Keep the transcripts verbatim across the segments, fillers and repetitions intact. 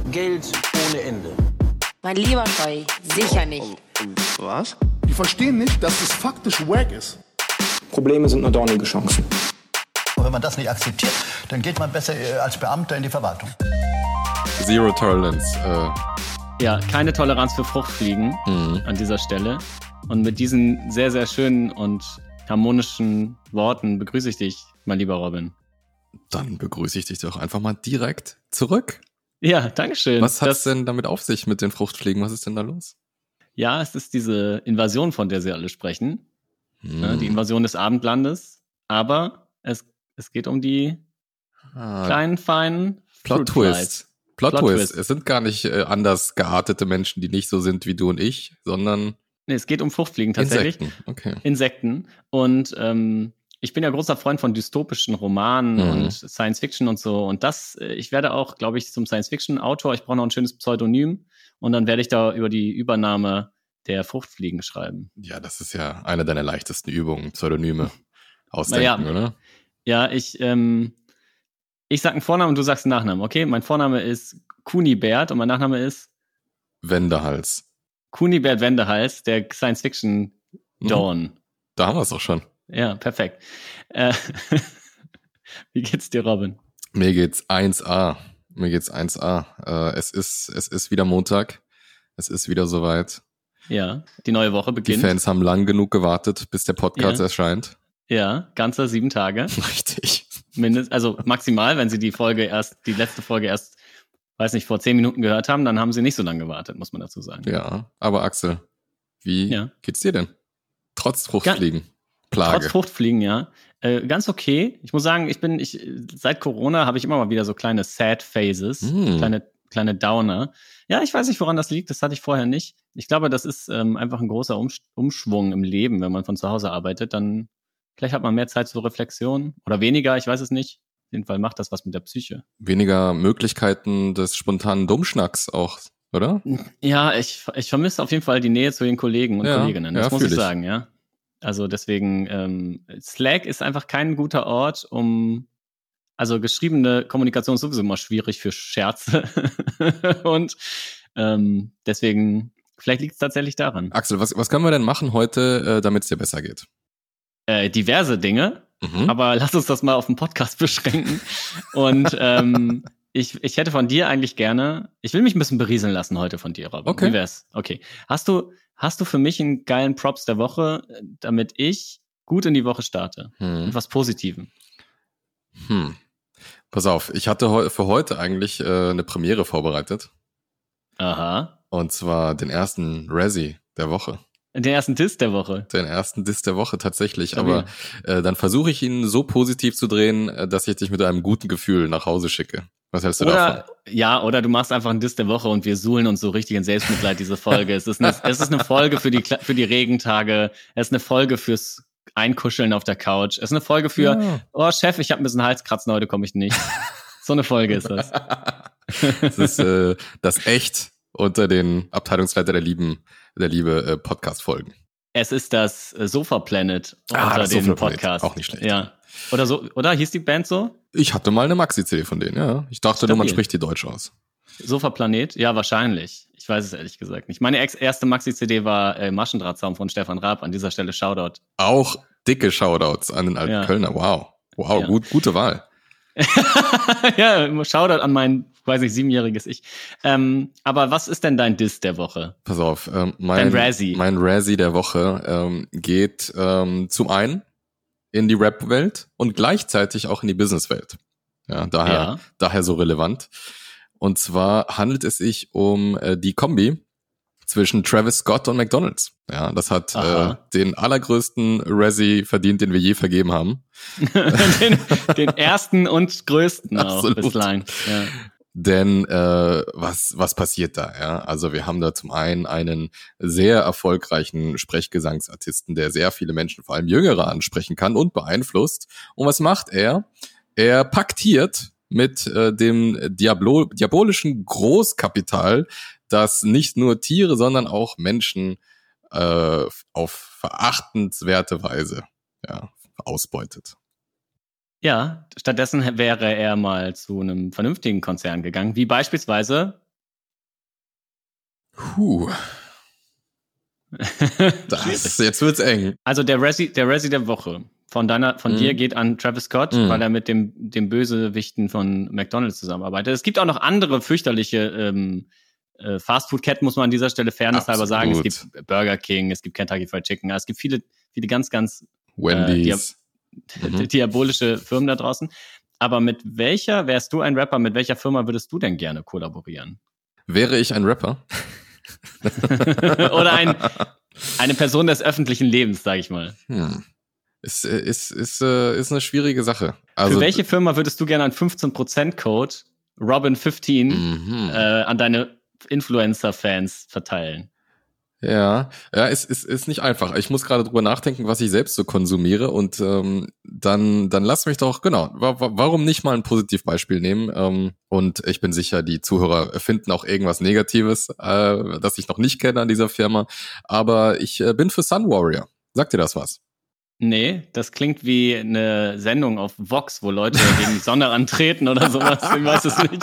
Geld ohne Ende. Mein lieber Scheu, sicher nicht. Was? Die verstehen nicht, dass es faktisch wack ist. Probleme sind nur dornige Chancen. Und wenn man das nicht akzeptiert, dann geht man besser als Beamter in die Verwaltung. Zero Tolerance. Äh. Ja, keine Toleranz für Fruchtfliegen mhm. an dieser Stelle. Und mit diesen sehr, sehr schönen und harmonischen Worten begrüße ich dich, mein lieber Robin. Dann begrüße ich dich doch einfach mal direkt zurück. Ja, dankeschön. Was hat es denn damit auf sich mit den Fruchtfliegen? Was ist denn da los? Ja, es ist diese Invasion, von der Sie alle sprechen. Hm. Ja, die Invasion des Abendlandes. Aber es, es geht um die ah. kleinen, feinen Plot Twist. Plot, Plot Twist. Es sind gar nicht äh, anders geartete Menschen, die nicht so sind wie du und ich, sondern nee, es geht um Fruchtfliegen tatsächlich. Insekten, okay. Insekten. Und ähm, ich bin ja großer Freund von dystopischen Romanen mhm. und Science Fiction und so. Und das, ich werde auch, glaube ich, zum Science Fiction Autor. Ich brauche noch ein schönes Pseudonym. Und dann werde ich da über die Übernahme der Fruchtfliegen schreiben. Ja, das ist ja eine deiner leichtesten Übungen, Pseudonyme ausdenken, ja, oder? Ja, ich, ähm, ich sag einen Vornamen und du sagst einen Nachnamen. Okay, mein Vorname ist Kunibert und mein Nachname ist Wendehals. Kunibert Wendehals, der Science Fiction Dawn. Mhm. Da haben wir es auch schon. Ja, perfekt. Äh, wie geht's dir, Robin? Mir geht's eins A. Mir geht's eins A. Äh, es ist, es ist wieder Montag. Es ist wieder soweit. Ja, die neue Woche beginnt. Die Fans haben lang genug gewartet, bis der Podcast ja. erscheint. Ja, ganze sieben Tage. Richtig. Mindest, also maximal, wenn sie die Folge erst, die letzte Folge erst, weiß nicht, vor zehn Minuten gehört haben, dann haben sie nicht so lange gewartet, muss man dazu sagen. Ja, aber Axel, wie ja. geht's dir denn? Trotz Fruchtfliegen. Ga- Plage. Trotz Fruchtfliegen, ja. Äh, ganz okay. Ich muss sagen, ich bin, ich, seit Corona habe ich immer mal wieder so kleine Sad Phases, mm. kleine, kleine Downer. Ja, ich weiß nicht, woran das liegt. Das hatte ich vorher nicht. Ich glaube, das ist ähm, einfach ein großer Umsch- Umschwung im Leben, wenn man von zu Hause arbeitet. Dann vielleicht hat man mehr Zeit zur Reflexion oder weniger, ich weiß es nicht. Auf jeden Fall macht das was mit der Psyche. Weniger Möglichkeiten des spontanen Dummschnacks auch, oder? Ja, ich, ich vermisse auf jeden Fall die Nähe zu den Kollegen und ja, Kolleginnen. Das ja, muss ich ich sagen, ja. Also deswegen, ähm, Slack ist einfach kein guter Ort, um, also geschriebene Kommunikation ist sowieso immer schwierig für Scherze und ähm, deswegen, vielleicht liegt es tatsächlich daran. Axel, was, was können wir denn machen heute, äh, damit es dir besser geht? Äh, diverse Dinge, mhm. aber lass uns das mal auf den Podcast beschränken und ähm, ich, ich hätte von dir eigentlich gerne, ich will mich ein bisschen berieseln lassen heute von dir, Robin. Okay. Wie wär's? Okay. Hast du Hast du für mich einen geilen Props der Woche, damit ich gut in die Woche starte? Hm. Mit was Positivem. Hm. Pass auf, ich hatte heu- für heute eigentlich äh, eine Premiere vorbereitet. Aha. Und zwar den ersten Razzie der Woche. Den ersten Diss der Woche. Den ersten Diss der Woche tatsächlich. Stabil. Aber äh, dann versuche ich ihn so positiv zu drehen, äh, dass ich dich mit einem guten Gefühl nach Hause schicke. Was hältst du oder, davon? Ja, oder du machst einfach einen Diss der Woche und wir suhlen uns so richtig in Selbstmitleid, diese Folge. es, ist eine, es ist eine Folge für die, für die Regentage. Es ist eine Folge fürs Einkuscheln auf der Couch. Es ist eine Folge für, ja. oh Chef, ich habe ein bisschen Halskratzen, heute komme ich nicht. So eine Folge ist das. Das ist äh, das echt unter den Abteilungsleiter der Lieben, der Liebe äh, Podcast-Folgen. Es ist das äh, Sofa Planet ah, unter das den Sofa Podcast. Auch nicht schlecht. Ja. Oder so, oder hieß die Band so? Ich hatte mal eine Maxi-C D von denen, ja. Ich dachte Stabil. nur, man spricht die Deutsch aus. Sofa Planet? Ja, wahrscheinlich. Ich weiß es ehrlich gesagt nicht. Meine ex- erste Maxi-C D war äh, Maschendrahtzaum von Stefan Raab. An dieser Stelle Shoutout. Auch dicke Shoutouts an den alten ja. Kölner. Wow. Wow, ja. gut, gute Wahl. Ja, Shoutout an mein, weiß nicht, siebenjähriges Ich. Ähm, aber was ist denn dein Diss der Woche? Pass auf, ähm, mein, dein Razzie. mein Razzie der Woche ähm, geht ähm, zum einen in die Rap-Welt und gleichzeitig auch in die Business-Welt. Ja, daher, ja. daher so relevant. Und zwar handelt es sich um äh, die Kombi zwischen Travis Scott und McDonald's. Ja, das hat äh, den allergrößten Razzie verdient, den wir je vergeben haben. den, den ersten und größten auch bislang. Ja. Denn äh, was was passiert da? Ja, also wir haben da zum einen einen sehr erfolgreichen Sprechgesangsartisten, der sehr viele Menschen, vor allem Jüngere, ansprechen kann und beeinflusst. Und was macht er? Er paktiert mit äh, dem Diablo, diabolischen Großkapital, das nicht nur Tiere, sondern auch Menschen äh, auf verachtenswerte Weise ja, ausbeutet. Ja, stattdessen wäre er mal zu einem vernünftigen Konzern gegangen, wie beispielsweise Puh. Das, jetzt wird's eng. Also der Resi, der Resi der Woche von deiner, von mhm. dir geht an Travis Scott, mhm. weil er mit dem, dem Bösewichten von McDonald's zusammenarbeitet. Es gibt auch noch andere fürchterliche ähm, äh, Fastfood-Ketten, muss man an dieser Stelle fairnesshalber sagen. Es gibt Burger King, es gibt Kentucky Fried Chicken, es gibt viele, viele ganz, ganz Wendy's. Äh, dia- mhm. diabolische Firmen da draußen. Aber mit welcher, wärst du ein Rapper, mit welcher Firma würdest du denn gerne kollaborieren? Wäre ich ein Rapper? Oder ein, eine Person des öffentlichen Lebens, sag ich mal. Hm. Ist, ist, ist, ist eine schwierige Sache. Also, für welche Firma würdest du gerne einen fünfzehn Prozent Code Robin fünfzehn mhm. äh, an deine Influencer-Fans verteilen? Ja, ja, es ist, ist nicht einfach. Ich muss gerade drüber nachdenken, was ich selbst so konsumiere und ähm, dann dann lass mich doch, genau, wa- wa- warum nicht mal ein Positivbeispiel nehmen? Ähm, und ich bin sicher, die Zuhörer finden auch irgendwas Negatives, äh, das ich noch nicht kenne an dieser Firma. Aber ich äh, bin für Sun Warrior. Sagt dir das was? Nee, das klingt wie eine Sendung auf Vox, wo Leute gegen die Sonne antreten oder sowas. Ich weiß es nicht.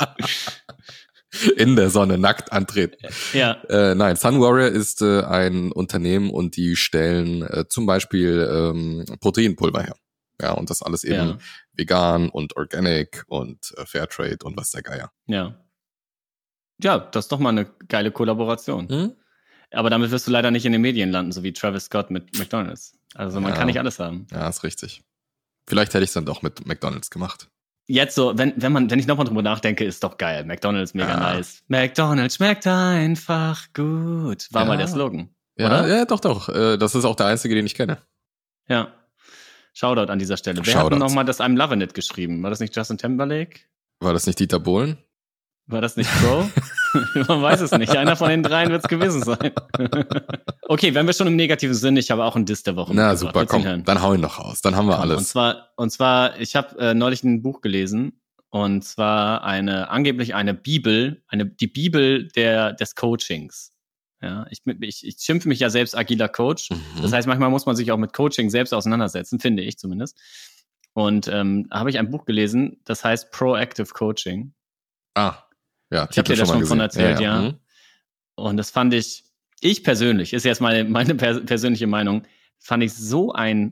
In der Sonne nackt antreten. Ja. Äh, nein, Sun Warrior ist äh, ein Unternehmen und die stellen äh, zum Beispiel ähm, Proteinpulver her. Ja, und das alles eben Ja. vegan und organic und äh, Fairtrade und was der Geier. Ja. Ja, das ist doch mal eine geile Kollaboration. Hm? Aber damit wirst du leider nicht in den Medien landen, so wie Travis Scott mit McDonald's. Also man Ja. kann nicht alles haben. Ja, ist richtig. Vielleicht hätte ich es dann doch mit McDonald's gemacht. Jetzt so, wenn, wenn man, wenn ich nochmal drüber nachdenke, ist doch geil. McDonald's, mega Ja. nice. McDonald's schmeckt einfach gut. War Ja. mal der Slogan. Ja, Oder? ja, doch, doch. Äh, das ist auch der einzige, den ich kenne. Ja. Shoutout an dieser Stelle. Wer hat Shoutouts. denn nochmal das I'm Lovin' It geschrieben? War das nicht Justin Timberlake? War das nicht Dieter Bohlen? War das nicht Crow? Man weiß es nicht. Einer von den dreien wird es gewesen sein. Okay, wenn wir schon im negativen sind, ich habe auch einen Diss der Woche. Na mitgebracht. super, Willst du ihn komm, hören? dann hau ihn doch raus. Dann haben wir Und alles. zwar, und zwar, ich habe äh, neulich ein Buch gelesen, und zwar eine, angeblich eine Bibel, eine, die Bibel der, des Coachings. Ja, ich, ich, ich schimpfe mich ja selbst agiler Coach. Mhm. Das heißt, manchmal muss man sich auch mit Coaching selbst auseinandersetzen, finde ich zumindest. Und ähm, da habe ich ein Buch gelesen, das heißt Proactive Coaching. Ah, ja, Ich habe dir das schon von erzählt, ja. Mhm. Und das fand ich, ich persönlich, ist jetzt meine, meine pers- persönliche Meinung, fand ich so ein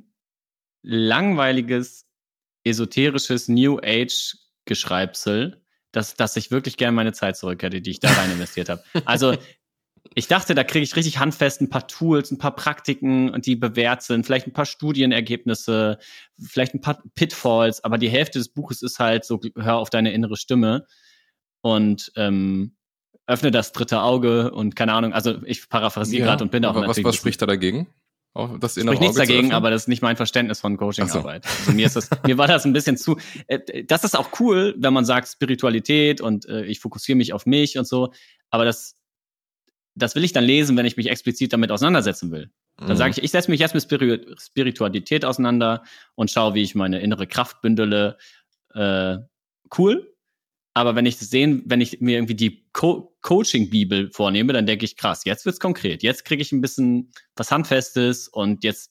langweiliges, esoterisches New Age Geschreibsel, dass, dass ich wirklich gerne meine Zeit zurück hätte, die ich da rein investiert habe. Also ich dachte, da kriege ich richtig handfest ein paar Tools, ein paar Praktiken, die bewährt sind, vielleicht ein paar Studienergebnisse, vielleicht ein paar Pitfalls, aber die Hälfte des Buches ist halt so, hör auf deine innere Stimme und ähm, öffne das dritte Auge und keine Ahnung, also ich paraphrasiere Ja, gerade und bin auch aber was, natürlich... was spricht da dagegen? Auch das innere Spricht nichts Auge zu dagegen, öffnen? aber das ist nicht mein Verständnis von Coachingarbeit. So. Also mir ist das, mir war das ein bisschen zu. Äh, das ist auch cool, wenn man sagt Spiritualität und äh, ich fokussiere mich auf mich und so. Aber das, das will ich dann lesen, wenn ich mich explizit damit auseinandersetzen will. Dann Mhm. sage ich, ich setze mich jetzt mit Spiri- Spiritualität auseinander und schaue, wie ich meine innere Kraft bündele. Äh, cool. Aber wenn ich das sehen, wenn ich mir irgendwie die Co- Coaching-Bibel vornehme, dann denke ich, krass, jetzt wird's konkret. Jetzt kriege ich ein bisschen was Handfestes und jetzt,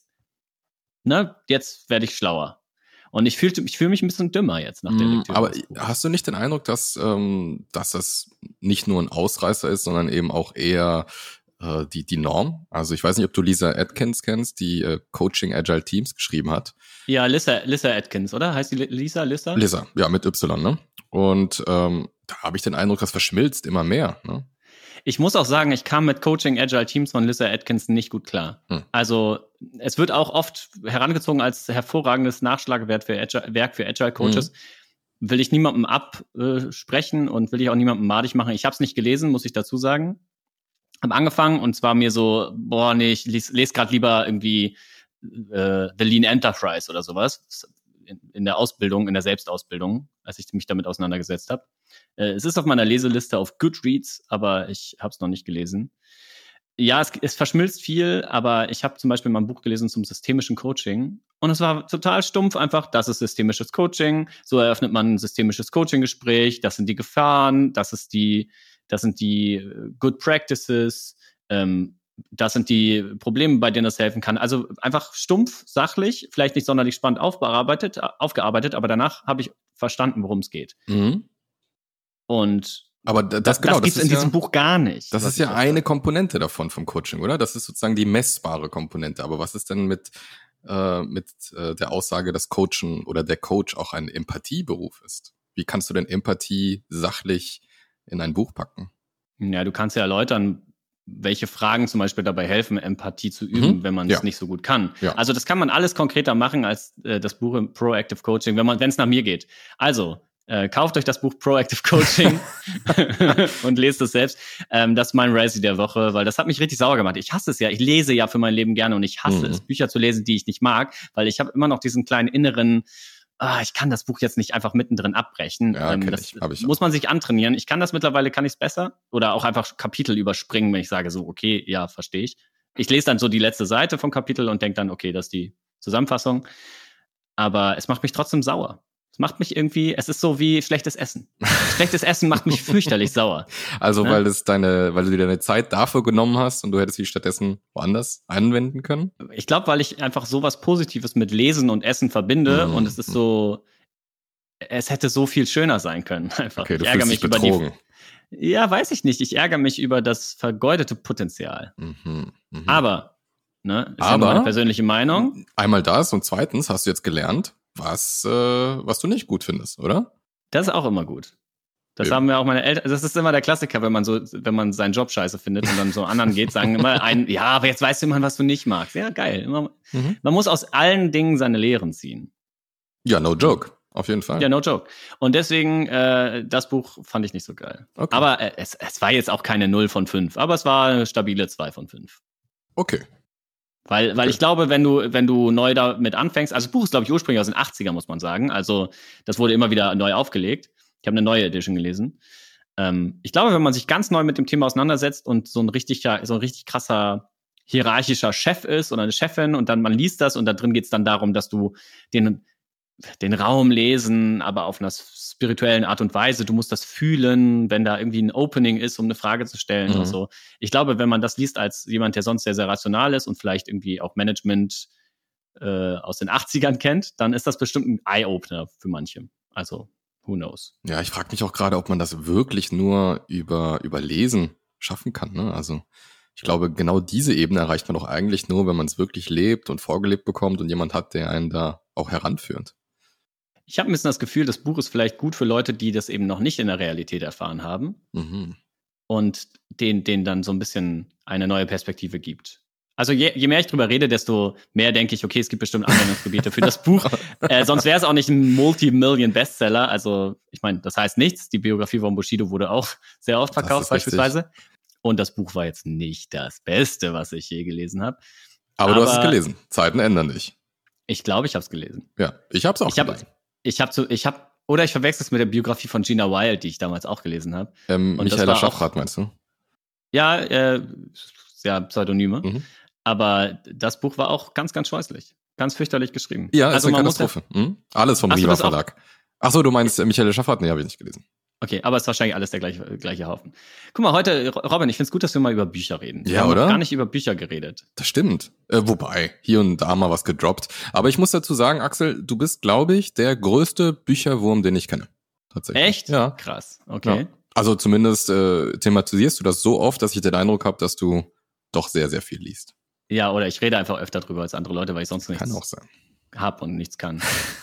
ne, jetzt werde ich schlauer. Und ich fühle ich fühl mich ein bisschen dümmer jetzt nach der Mm, Lektüre. Aber des Buches. hast du nicht den Eindruck, dass, ähm, dass das nicht nur ein Ausreißer ist, sondern eben auch eher äh, die, die Norm? Also ich weiß nicht, ob du Lisa Atkins kennst, die äh, Coaching Agile Teams geschrieben hat. Ja, Lisa, Lisa Atkins, oder? Heißt die Li- Lisa, Lisa? Lisa, ja, mit Y, ne? Und ähm, da habe ich den Eindruck, das verschmilzt immer mehr, ne? Ich muss auch sagen, ich kam mit Coaching Agile Teams von Lisa Atkins nicht gut klar. Hm. Also es wird auch oft herangezogen als hervorragendes Nachschlagewerk für Agile, Werk für Agile Coaches. Hm. Will ich niemandem absprechen und will ich auch niemandem madig machen. Ich habe es nicht gelesen, muss ich dazu sagen. Habe angefangen und zwar mir so, boah, nee, ich lese les gerade lieber irgendwie äh, The Lean Enterprise oder sowas. In, in der Ausbildung, in der Selbstausbildung, als ich mich damit auseinandergesetzt habe. Äh, es ist auf meiner Leseliste auf Goodreads, aber ich habe es noch nicht gelesen. Ja, es, es verschmilzt viel, aber ich habe zum Beispiel mal ein Buch gelesen zum systemischen Coaching und es war total stumpf einfach, das ist systemisches Coaching, so eröffnet man ein systemisches Coaching-Gespräch, das sind die Gefahren, das ist die, das sind die Good Practices, ähm, das sind die Probleme, bei denen das helfen kann. Also einfach stumpf, sachlich, vielleicht nicht sonderlich spannend aufbearbeitet, aufgearbeitet, aber danach habe ich verstanden, worum es geht. Mhm. Und Aber das, das, genau, das gibt's das in ja, diesem Buch gar nicht. Das ist ja eine Komponente davon vom Coaching, oder? Das ist sozusagen die messbare Komponente. Aber was ist denn mit, äh, mit äh, der Aussage, dass Coachen oder der Coach auch ein Empathieberuf ist? Wie kannst du denn Empathie sachlich in ein Buch packen? Ja, du kannst ja erläutern, welche Fragen zum Beispiel dabei helfen, Empathie zu üben, mhm. wenn man es ja. nicht so gut kann. Ja. Also das kann man alles konkreter machen als äh, das Buch im Proactive Coaching, wenn man, wenn es nach mir geht. Also Äh, kauft euch das Buch Proactive Coaching und lest es selbst. Ähm, das ist mein Razzie der Woche, weil das hat mich richtig sauer gemacht. Ich hasse es ja. Ich lese ja für mein Leben gerne und ich hasse mhm. es, Bücher zu lesen, die ich nicht mag, weil ich habe immer noch diesen kleinen inneren, ah, ich kann das Buch jetzt nicht einfach mittendrin abbrechen. Ja, ähm, das ich, ich muss man sich antrainieren. Ich kann das mittlerweile, kann ich es besser. Oder auch einfach Kapitel überspringen, wenn ich sage so, okay, ja, verstehe ich. Ich lese dann so die letzte Seite vom Kapitel und denke dann, okay, das ist die Zusammenfassung. Aber es macht mich trotzdem sauer. Es macht mich irgendwie, es ist so wie schlechtes Essen. Schlechtes Essen macht mich fürchterlich sauer. Also, ja? weil es deine, weil du dir deine Zeit dafür genommen hast und du hättest sie stattdessen woanders anwenden können? Ich glaube, weil ich einfach sowas Positives mit Lesen und Essen verbinde mhm. und es ist so, es hätte so viel schöner sein können. Einfach. Okay, du ich ärgere fühlst mich dich betrogen. über die. Ja, weiß ich nicht. Ich ärgere mich über das vergeudete Potenzial. Mhm. Mhm. Aber, ne, ist Aber, ja meine persönliche Meinung. Einmal das und zweitens hast du jetzt gelernt, was, äh, was du nicht gut findest, oder? Das ist auch immer gut. Das Eben. haben wir auch meine Eltern, das ist immer der Klassiker, wenn man so, wenn man seinen Job scheiße findet und dann so anderen geht, sagen immer ein, ja, aber jetzt weißt du immer, was du nicht magst. Ja, geil. Immer, mhm. Man muss aus allen Dingen seine Lehren ziehen. Ja, no joke. Auf jeden Fall. Ja, no joke. Und deswegen, äh, das Buch fand ich nicht so geil. Okay. Aber äh, es, es war jetzt auch keine null von fünf, aber es war eine stabile zwei von fünf. Okay. Weil, weil ich glaube, wenn du, wenn du neu damit anfängst, also das Buch ist, glaube ich, ursprünglich aus den achtziger, muss man sagen. Also, das wurde immer wieder neu aufgelegt. Ich habe eine neue Edition gelesen. Ähm, ich glaube, wenn man sich ganz neu mit dem Thema auseinandersetzt und so ein richtiger, so ein richtig krasser hierarchischer Chef ist oder eine Chefin und dann man liest das und da drin geht es dann darum, dass du den, den Raum lesen, aber auf einer spirituellen Art und Weise. Du musst das fühlen, wenn da irgendwie ein Opening ist, um eine Frage zu stellen mhm. oder so. Ich glaube, wenn man das liest als jemand, der sonst sehr, sehr rational ist und vielleicht irgendwie auch Management äh, aus den achtzigern kennt, dann ist das bestimmt ein Eye-Opener für manche. Also, who knows? Ja, ich frage mich auch gerade, ob man das wirklich nur über, über Lesen schaffen kann, ne? Also, ich glaube, genau diese Ebene erreicht man doch eigentlich nur, wenn man es wirklich lebt und vorgelebt bekommt und jemand hat, der einen da auch heranführt. Ich habe ein bisschen das Gefühl, das Buch ist vielleicht gut für Leute, die das eben noch nicht in der Realität erfahren haben mhm. und denen, denen dann so ein bisschen eine neue Perspektive gibt. Also je, je mehr ich drüber rede, desto mehr denke ich, okay, es gibt bestimmt Anwendungsgebiete für das Buch. Äh, sonst wäre es auch nicht ein Multi-Million-Bestseller. Also ich meine, das heißt nichts. Die Biografie von Bushido wurde auch sehr oft verkauft beispielsweise. Richtig. Und das Buch war jetzt nicht das Beste, was ich je gelesen habe. Aber, Aber du hast es gelesen. Zeiten ändern dich. Ich glaube, ich habe es gelesen. Ja, ich habe es auch ich hab, gelesen. Ich habe so, ich habe, oder ich verwechsel es mit der Biografie von Gina Wild, die ich damals auch gelesen habe. Ähm, Michaela Schaffrath, meinst du? Ja, äh, ja, Pseudonyme. Mhm. Aber das Buch war auch ganz, ganz scheußlich. Ganz fürchterlich geschrieben. Ja, also ist eine Katastrophe. Ja, hm? Alles vom Riva Verlag. Ach so, du meinst äh, Michaela Schaffrath? Nee, habe ich nicht gelesen. Okay, aber es ist wahrscheinlich alles der gleiche, gleiche Haufen. Guck mal, heute, Robin, ich find's gut, dass wir mal über Bücher reden. Wir ja, haben oder? gar nicht über Bücher geredet. Das stimmt. Äh, wobei, hier und da mal was gedroppt. Aber ich muss dazu sagen, Axel, du bist, glaube ich, der größte Bücherwurm, den ich kenne. Tatsächlich. Echt? Ja. Krass, okay. Ja. Also zumindest äh, thematisierst du das so oft, dass ich den Eindruck habe, dass du doch sehr, sehr viel liest. Ja, oder ich rede einfach öfter drüber als andere Leute, weil ich sonst nichts kann auch sein. hab und nichts kann.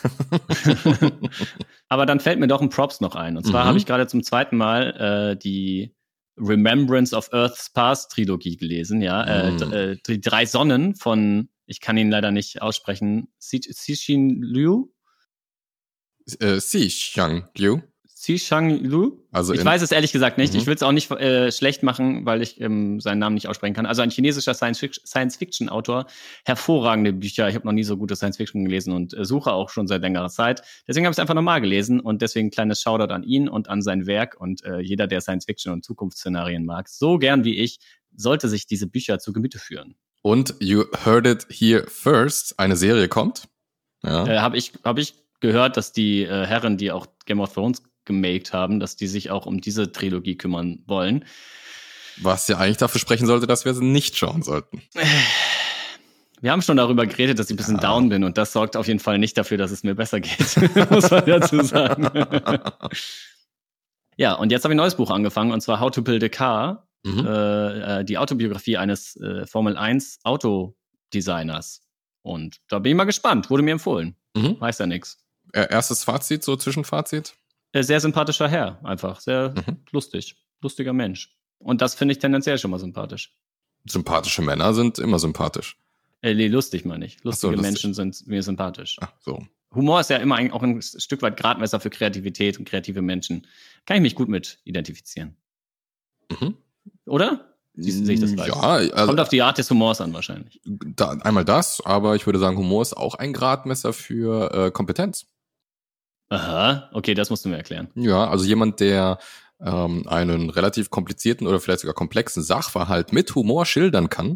Aber dann fällt mir doch ein Props noch ein. Und zwar mhm. habe ich gerade zum zweiten Mal äh, die Remembrance of Earth's Past Trilogie gelesen. Ja, mhm. äh, die drei Sonnen von, ich kann ihn leider nicht aussprechen, Cixin Liu. Äh, Cixin Liu. Cixin Liu? Also ich weiß es ehrlich gesagt nicht. Mhm. Ich will es auch nicht äh, schlecht machen, weil ich ähm, seinen Namen nicht aussprechen kann. Also ein chinesischer Science-Fiction-Autor. Hervorragende Bücher. Ich habe noch nie so gute Science-Fiction gelesen und äh, suche auch schon seit längerer Zeit. Deswegen habe ich es einfach nochmal gelesen und deswegen ein kleines Shoutout an ihn und an sein Werk. Und äh, jeder, der Science-Fiction und Zukunftsszenarien mag, so gern wie ich, sollte sich diese Bücher zu Gemüte führen. Und you heard it here first. Eine Serie kommt. Ja. Äh, habe ich, hab ich gehört, dass die äh, Herren, die auch Game of Thrones gemaked haben, dass die sich auch um diese Trilogie kümmern wollen. Was ja eigentlich dafür sprechen sollte, dass wir sie nicht schauen sollten. Wir haben schon darüber geredet, dass ich ein bisschen ja. down bin und das sorgt auf jeden Fall nicht dafür, dass es mir besser geht, muss man dazu sagen. Ja, und jetzt habe ich ein neues Buch angefangen, und zwar How to Build a Car, Mhm. äh, die Autobiografie eines äh, Formel eins Autodesigners. Und da bin ich mal gespannt, wurde mir empfohlen. Mhm. Weiß ja nix. Äh, Erstes Fazit, so Zwischenfazit? Äh, Sehr sympathischer Herr, einfach. Sehr Mhm. lustig. Lustiger Mensch. Und das finde ich tendenziell schon mal sympathisch. Sympathische Männer sind immer sympathisch. Äh, nee, lustig meine ich. Lustige lustig. Menschen sind mir sympathisch. Ach so. Humor ist ja immer ein, auch ein Stück weit Gradmesser für Kreativität und kreative Menschen. Kann ich mich gut mit identifizieren. Mhm. Oder? Siehst, sehe ich das falsch? Ja, also Kommt auf die Art des Humors an wahrscheinlich. da, einmal das, aber ich würde sagen, Humor ist auch ein Gradmesser für äh, Kompetenz. Aha, okay, das musst du mir erklären. Ja, also jemand, der ähm, einen relativ komplizierten oder vielleicht sogar komplexen Sachverhalt mit Humor schildern kann,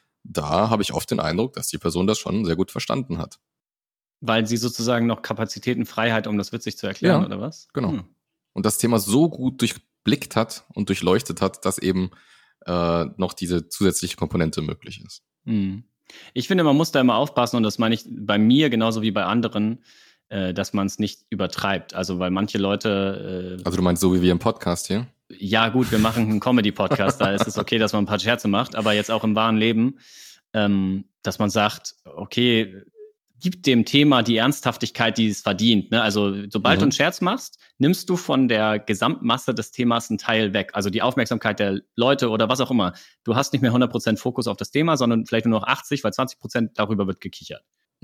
da habe ich oft den Eindruck, dass die Person das schon sehr gut verstanden hat. Weil sie sozusagen noch Kapazitäten frei hat, um das witzig zu erklären, Ja, oder was? genau. Hm. Und das Thema so gut durchblickt hat und durchleuchtet hat, dass eben äh, noch diese zusätzliche Komponente möglich ist. Hm. Ich finde, man muss da immer aufpassen, und das meine ich bei mir genauso wie bei anderen, äh, dass man es nicht übertreibt. Also, weil manche Leute... Äh, Also du meinst so wie wir im Podcast hier? ja gut, wir machen einen Comedy-Podcast, da ist es okay, dass man ein paar Scherze macht, aber jetzt auch im wahren Leben, ähm, dass man sagt, okay, gib dem Thema die Ernsthaftigkeit, die es verdient. Ne? Also sobald Mhm. du einen Scherz machst, nimmst du von der Gesamtmasse des Themas einen Teil weg. Also die Aufmerksamkeit der Leute oder was auch immer. Du hast nicht mehr hundert Prozent Fokus auf das Thema, sondern vielleicht nur noch achtzig, weil zwanzig Prozent darüber wird gekichert.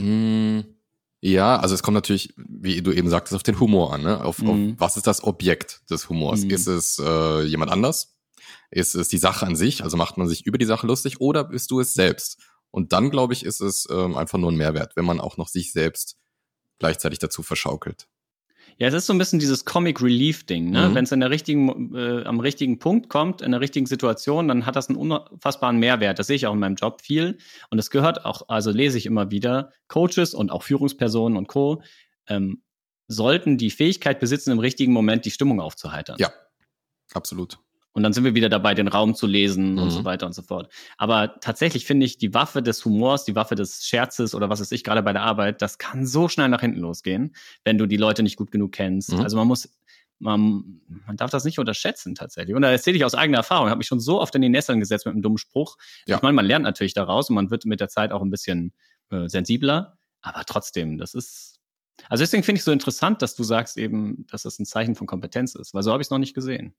Mm, ja, also es kommt natürlich, wie du eben sagtest, auf den Humor an. Ne? Auf, Mhm. auf was ist das Objekt des Humors? Mhm. Ist es äh, jemand anders? Ist es die Sache an sich? Also macht man sich über die Sache lustig oder bist du es selbst? Und dann, glaube ich, ist es ähm, einfach nur ein Mehrwert, wenn man auch noch sich selbst gleichzeitig dazu verschaukelt. Ja, es ist so ein bisschen dieses Comic-Relief-Ding, ne? Mhm. Wenn es in der richtigen, äh, am richtigen Punkt kommt, in der richtigen Situation, dann hat das einen unfassbaren Mehrwert. Das sehe ich auch in meinem Job viel. Und es gehört auch, also lese ich immer wieder, Coaches und auch Führungspersonen und Co. Ähm, sollten die Fähigkeit besitzen, im richtigen Moment die Stimmung aufzuheitern. Ja, absolut. Und dann sind wir wieder dabei, den Raum zu lesen und Mhm. so weiter und so fort. Aber tatsächlich finde ich, die Waffe des Humors, die Waffe des Scherzes oder was weiß ich, gerade bei der Arbeit, das kann so schnell nach hinten losgehen, wenn du die Leute nicht gut genug kennst. Mhm. Also man muss, man, man darf das nicht unterschätzen tatsächlich. Und da erzähle ich aus eigener Erfahrung. Ich habe mich schon so oft in die Nesseln gesetzt mit einem dummen Spruch. Ja. Ich meine, man lernt natürlich daraus und man wird mit der Zeit auch ein bisschen äh, sensibler. Aber trotzdem, das ist... Also deswegen finde ich so interessant, dass du sagst eben, dass das ein Zeichen von Kompetenz ist. Weil so habe ich es noch nicht gesehen.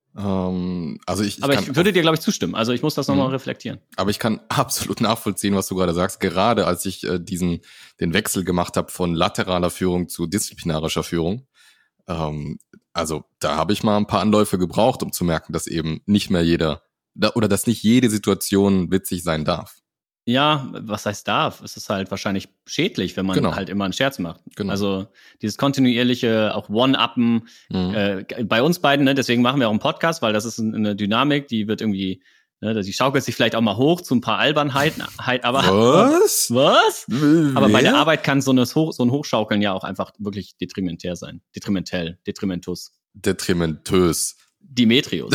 Ähm, also ich, ich Aber kann ich würde dir, glaube ich, zustimmen. Also ich muss das nochmal Mhm. reflektieren. Aber ich kann absolut nachvollziehen, was du gerade sagst. Gerade als ich äh, diesen den Wechsel gemacht habe von lateraler Führung zu disziplinarischer Führung, ähm, also da habe ich mal ein paar Anläufe gebraucht, um zu merken, dass eben nicht mehr jeder da, oder dass nicht jede Situation witzig sein darf. Ja, was heißt darf? Es ist halt wahrscheinlich schädlich, wenn man Genau. halt immer einen Scherz macht. Genau. Also dieses kontinuierliche, auch One-Uppen, Mhm. äh, bei uns beiden, ne, deswegen machen wir auch einen Podcast, weil das ist eine Dynamik, die wird irgendwie, ne, die schaukelt sich vielleicht auch mal hoch zu ein paar Albernheiten, halt, aber Was? was? Aber bei der Wer? Arbeit kann so, eine, so ein Hochschaukeln ja auch einfach wirklich detrimentär sein. Detrimentell, detrimentus. Detrimentös. Demetrius.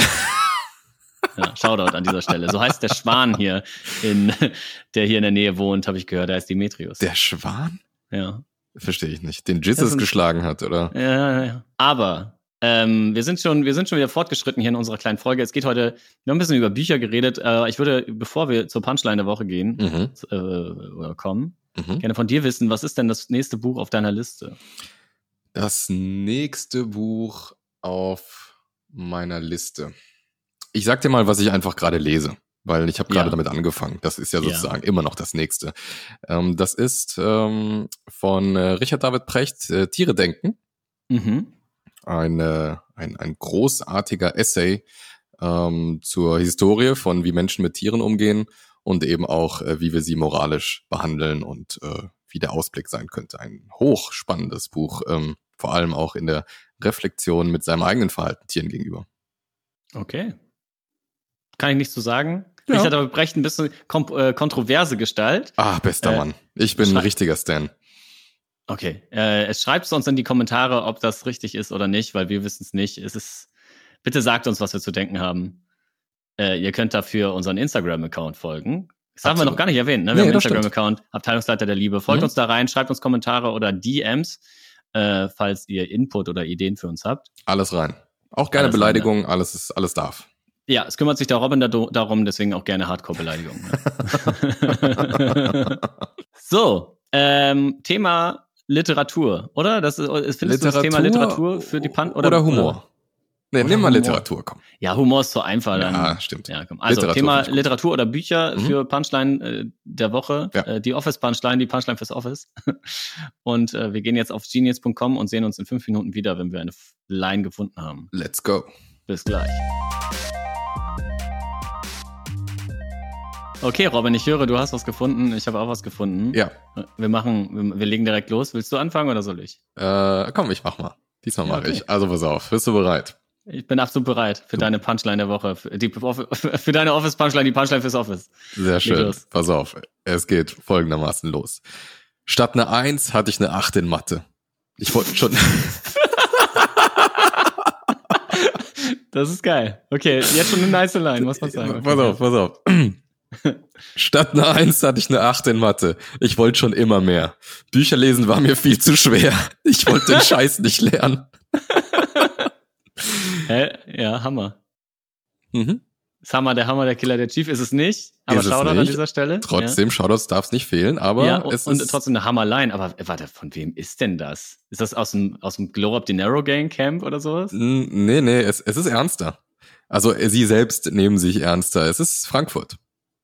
Ja, Shoutout an dieser Stelle. So heißt der Schwan hier, in, der hier in der Nähe wohnt, habe ich gehört. Der ist Demetrius. Der Schwan? Ja. Verstehe ich nicht. Den Jesus Das ist ein- geschlagen hat, oder? Ja, ja, ja. Aber ähm, wir sind schon, wir sind schon wieder fortgeschritten hier in unserer kleinen Folge. Es geht heute, wir haben ein bisschen über Bücher geredet. Äh, ich würde, bevor wir zur Punchline der Woche gehen, Mhm. äh, oder kommen, Mhm. gerne von dir wissen, was ist denn das nächste Buch auf deiner Liste? Das nächste Buch auf meiner Liste. Ich sag dir mal, was ich einfach gerade lese, weil ich habe gerade Ja. damit angefangen. Das ist ja Ja. sozusagen immer noch das nächste. Ähm, das ist ähm, von äh, Richard David Precht, äh, Tiere denken. Mhm. Ein, äh, ein, ein großartiger Essay ähm, zur Historie von wie Menschen mit Tieren umgehen und eben auch, äh, wie wir sie moralisch behandeln und äh, wie der Ausblick sein könnte. Ein hochspannendes Buch, ähm, vor allem auch in der Reflexion mit seinem eigenen Verhalten Tieren gegenüber. Okay. Kann ich nichts zu sagen. Ja. Richard David Precht ein bisschen kom- äh, kontroverse Gestalt. Ah, bester Äh, Mann. Ich bin ein schrei- richtiger Stan. Okay, äh, es schreibt uns in die Kommentare, ob das richtig ist oder nicht, weil wir wissen es nicht. Es ist, bitte sagt uns, was wir zu denken haben. Äh, ihr könnt dafür unseren Instagram-Account folgen. Das haben wir Absolut. noch gar nicht erwähnt, ne? Wir Nee, haben einen das stimmt. Instagram-Account, Abteilungsleiter der Liebe. Folgt Mhm. uns da rein, schreibt uns Kommentare oder D Ms, äh, falls ihr Input oder Ideen für uns habt. Alles rein. Auch gerne alles Beleidigungen, andere. alles ist, alles darf. Ja, es kümmert sich der Robin da, darum, deswegen auch gerne Hardcore-Beleidigungen. Ja. So, ähm, Thema Literatur, oder? Das ist, findest Literatur du das Thema Literatur für die Pan oder, oder Humor? Oder? Nee, Oder nimm mal Humor. Literatur, komm. Ja, Humor ist so einfach. Dann. Ja, stimmt. Ja, komm. Also Literatur Thema finde ich gut. Literatur oder Bücher Mhm. für Punchline äh, der Woche. Ja. Äh, die Office-Punchline, die Punchline fürs Office. Und äh, wir gehen jetzt auf genius punkt com und sehen uns in fünf Minuten wieder, wenn wir eine Line gefunden haben. Let's go. Bis gleich. Okay, Robin, ich höre, du hast was gefunden. Ich habe auch was gefunden. Ja. Wir machen, wir, wir legen direkt los. Willst du anfangen oder soll ich? Äh, komm, ich mach mal. Diesmal Ja, mache okay. ich. Also pass auf, bist du bereit? Ich bin absolut bereit für deine Punchline der Woche. Für, die, für deine Office-Punchline, die Punchline fürs Office. Sehr Leg schön. los. Pass auf, es geht folgendermaßen los. Statt eine Eins hatte ich eine Acht in Mathe. Ich wollte schon... Das ist geil. Okay, jetzt schon eine nice Line, muss man sagen. Pass auf, pass auf. Statt eine Eins hatte ich eine Acht in Mathe. Ich wollte schon immer mehr. Bücher lesen war mir viel zu schwer. Ich wollte den Scheiß nicht lernen. Hä? Ja, Hammer. Mhm. Ist Hammer, der Hammer, der Killer, der Chief ist es nicht. Aber Ist es Shoutout an nicht. dieser Stelle. Trotzdem, Shoutouts darf es nicht fehlen, aber ja, und, es und ist... trotzdem eine Hammer-Line. Aber äh, warte, von wem ist denn das? Ist das aus dem, aus dem Glow Up the Narrow Gang Camp oder sowas? N- Nee, nee, es, es ist ernster. Also äh, sie selbst nehmen sich ernster. Es ist Frankfurt.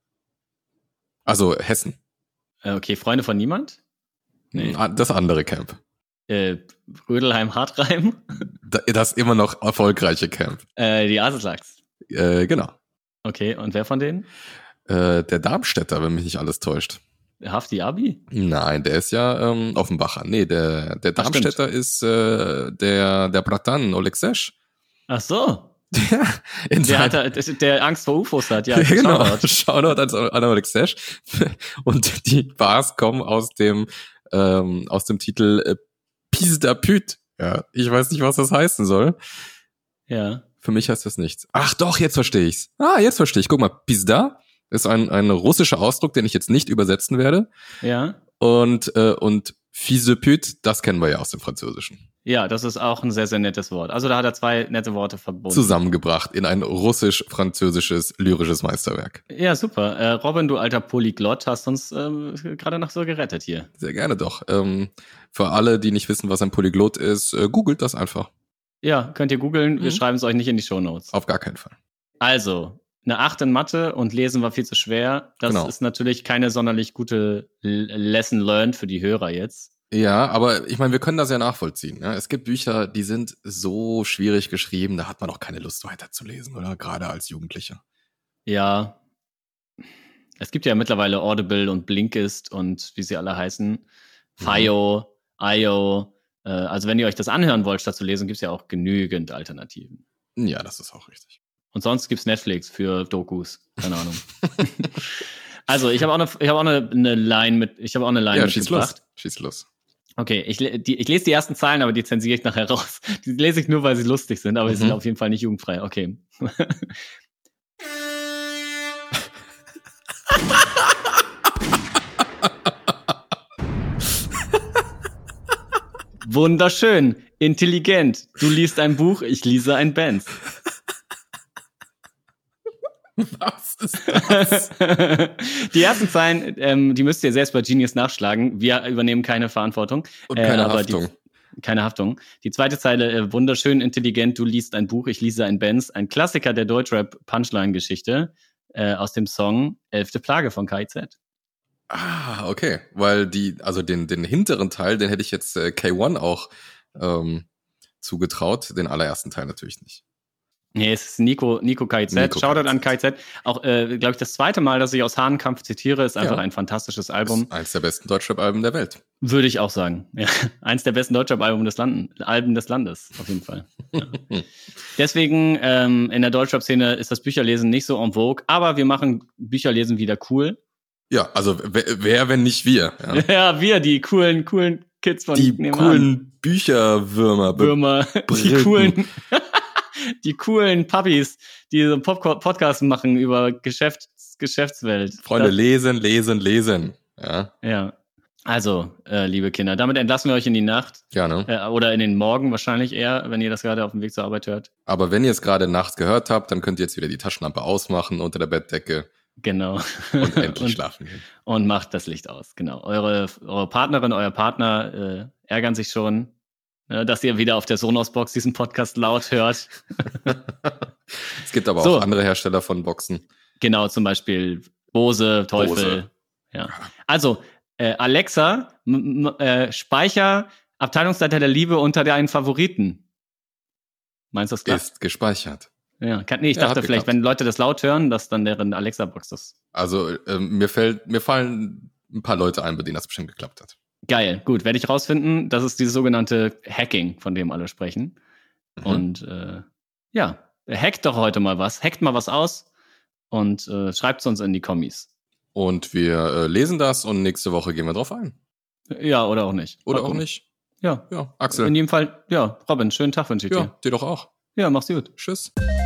Also Hessen. Äh, okay, Freunde von niemand? Nee. Ah, das andere Camp. Äh, Rödelheim-Hartreim? Da- Das immer noch erfolgreiche Camp. Äh, die Aselachs. Äh, genau. Okay, und wer von denen? Äh, der Darmstädter, wenn mich nicht alles täuscht. Hafti Abi? Nein, der ist ja ähm, Offenbacher. Nee, der, der Ach, Darmstädter ist äh, der, der Bratan Oleksesh. Ach so. Der, in Der, seinem- hat, der, der Angst vor U F Os hat, ja. Ja, genau. Shoutout. Shoutout an, an Oleksesh. Und die Bars kommen aus dem ähm, aus dem Titel äh, Pis da Püt. Ja, ich weiß nicht, was das heißen soll. Ja. Für mich heißt das nichts. Ach doch, jetzt verstehe ich's. Ah, jetzt verstehe ich. Guck mal, Pizda ist ein, ein russischer Ausdruck, den ich jetzt nicht übersetzen werde. Ja. Und, äh, und Fils de pute, das kennen wir ja aus dem Französischen. Ja, das ist auch ein sehr, sehr nettes Wort. Also da hat er zwei nette Worte verbunden. Zusammengebracht in ein russisch-französisches lyrisches Meisterwerk. Ja, super. Äh, Robin, du alter Polyglott, hast uns ähm, gerade noch so gerettet hier. Sehr gerne doch. Ähm, für alle, die nicht wissen, was ein Polyglot ist, äh, googelt das einfach. Ja, könnt ihr googeln. Wir Mhm. schreiben es euch nicht in die Shownotes. Auf gar keinen Fall. Also, eine acht in Mathe und Lesen war viel zu schwer. Das Genau. ist natürlich keine sonderlich gute L- Lesson learned für die Hörer jetzt. Ja, aber ich meine, wir können das ja nachvollziehen. Ja? Es gibt Bücher, die sind so schwierig geschrieben, da hat man auch keine Lust weiterzulesen, oder? Gerade als Jugendlicher. Ja. Es gibt ja mittlerweile Audible und Blinkist und wie sie alle heißen. Fio, I O. Äh, also wenn ihr euch das anhören wollt, statt zu lesen, gibt es ja auch genügend Alternativen. Ja, das ist auch richtig. Und sonst gibt's Netflix für Dokus. Keine Ahnung. Also, ich habe auch eine, ich habe auch eine, eine Line mit, ich habe auch eine Line Ja, schieß mitgebracht. los. Schieß los. Okay, ich, le- die, ich lese die ersten Zeilen, aber die zensiere ich nachher raus. Die lese ich nur, weil sie lustig sind, aber sie Mhm. sind auf jeden Fall nicht jugendfrei. Okay. Wunderschön, intelligent. Du liest ein Buch, ich lese ein Benz. Was ist das? Die ersten Zeilen, ähm, die müsst ihr selbst bei Genius nachschlagen. Wir übernehmen keine Verantwortung. Und keine aber Haftung. Die, keine Haftung. Die zweite Zeile, äh, wunderschön, intelligent, du liest ein Buch, ich lese ein Benz. Ein Klassiker der Deutschrap-Punchline-Geschichte äh, aus dem Song Elfte Plage von K I Z. Ah, okay. Weil die, also den, den hinteren Teil, den hätte ich jetzt äh, K eins auch ähm, zugetraut. Den allerersten Teil natürlich nicht. Nee, es ist Nico, Nico K I Z. Nico Shoutout K I Z. an K I Z. Auch, äh, glaube ich, das zweite Mal, dass ich aus Hahnenkampf zitiere, ist einfach Ja. ein fantastisches Das Album. ist eins der besten Deutschrap-Alben der Welt. Würde ich auch sagen. Ja. Eins der besten Deutschrap-Alben des, Landen, Alben des Landes, auf jeden Fall. Ja. Deswegen, ähm, in der Deutschrap-Szene ist das Bücherlesen nicht so en vogue, aber wir machen Bücherlesen wieder cool. Ja, also wer, wer wenn nicht wir? Ja. Ja, wir, die coolen, coolen Kids von Die nebenan. coolen Bücherwürmer. Be- Würmer, die Briten. coolen, die coolen Puppies, die so Pop- Podcasts machen über Geschäfts- Geschäftswelt. Freunde, Das- lesen, lesen, lesen. Ja. Ja. Also, äh, liebe Kinder, damit entlassen wir euch in die Nacht. Gerne. Äh, oder in den Morgen wahrscheinlich eher, wenn ihr das gerade auf dem Weg zur Arbeit hört. Aber wenn ihr es gerade nachts gehört habt, dann könnt ihr jetzt wieder die Taschenlampe ausmachen unter der Bettdecke. Genau. Und endlich und, schlafen gehen. Und macht das Licht aus, genau. Eure, eure Partnerin, euer Partner äh, ärgern sich schon, ne, dass ihr wieder auf der Sonos-Box diesen Podcast laut hört. Es gibt aber so. auch andere Hersteller von Boxen. Genau, zum Beispiel Bose, Teufel. Bose. Ja. Also, äh, Alexa, m- m- äh, speicher Abteilungsleiter der Liebe unter deinen Favoriten. Meinst du das klar? Ist gespeichert. Ja, kann, nee, ich Ja, dachte hat vielleicht, geklappt. wenn Leute das laut hören, dass dann deren Alexa-Box das. Also ähm, mir fällt, mir fallen ein paar Leute ein, bei denen das bestimmt geklappt hat. Geil, gut, werde ich rausfinden. Das ist dieses sogenannte Hacking, von dem alle sprechen. Mhm. Und äh, ja, hackt doch heute mal was. Hackt mal was aus und äh, schreibt es uns in die Kommis. Und wir äh, lesen das und nächste Woche gehen wir drauf ein. Ja, oder auch nicht. Oder Mal auch gucken. nicht. Ja. Ja, Axel. In jedem Fall, ja, Robin, schönen Tag wünsche ich Ja, dir. dir doch auch. Ja, mach's gut. Tschüss.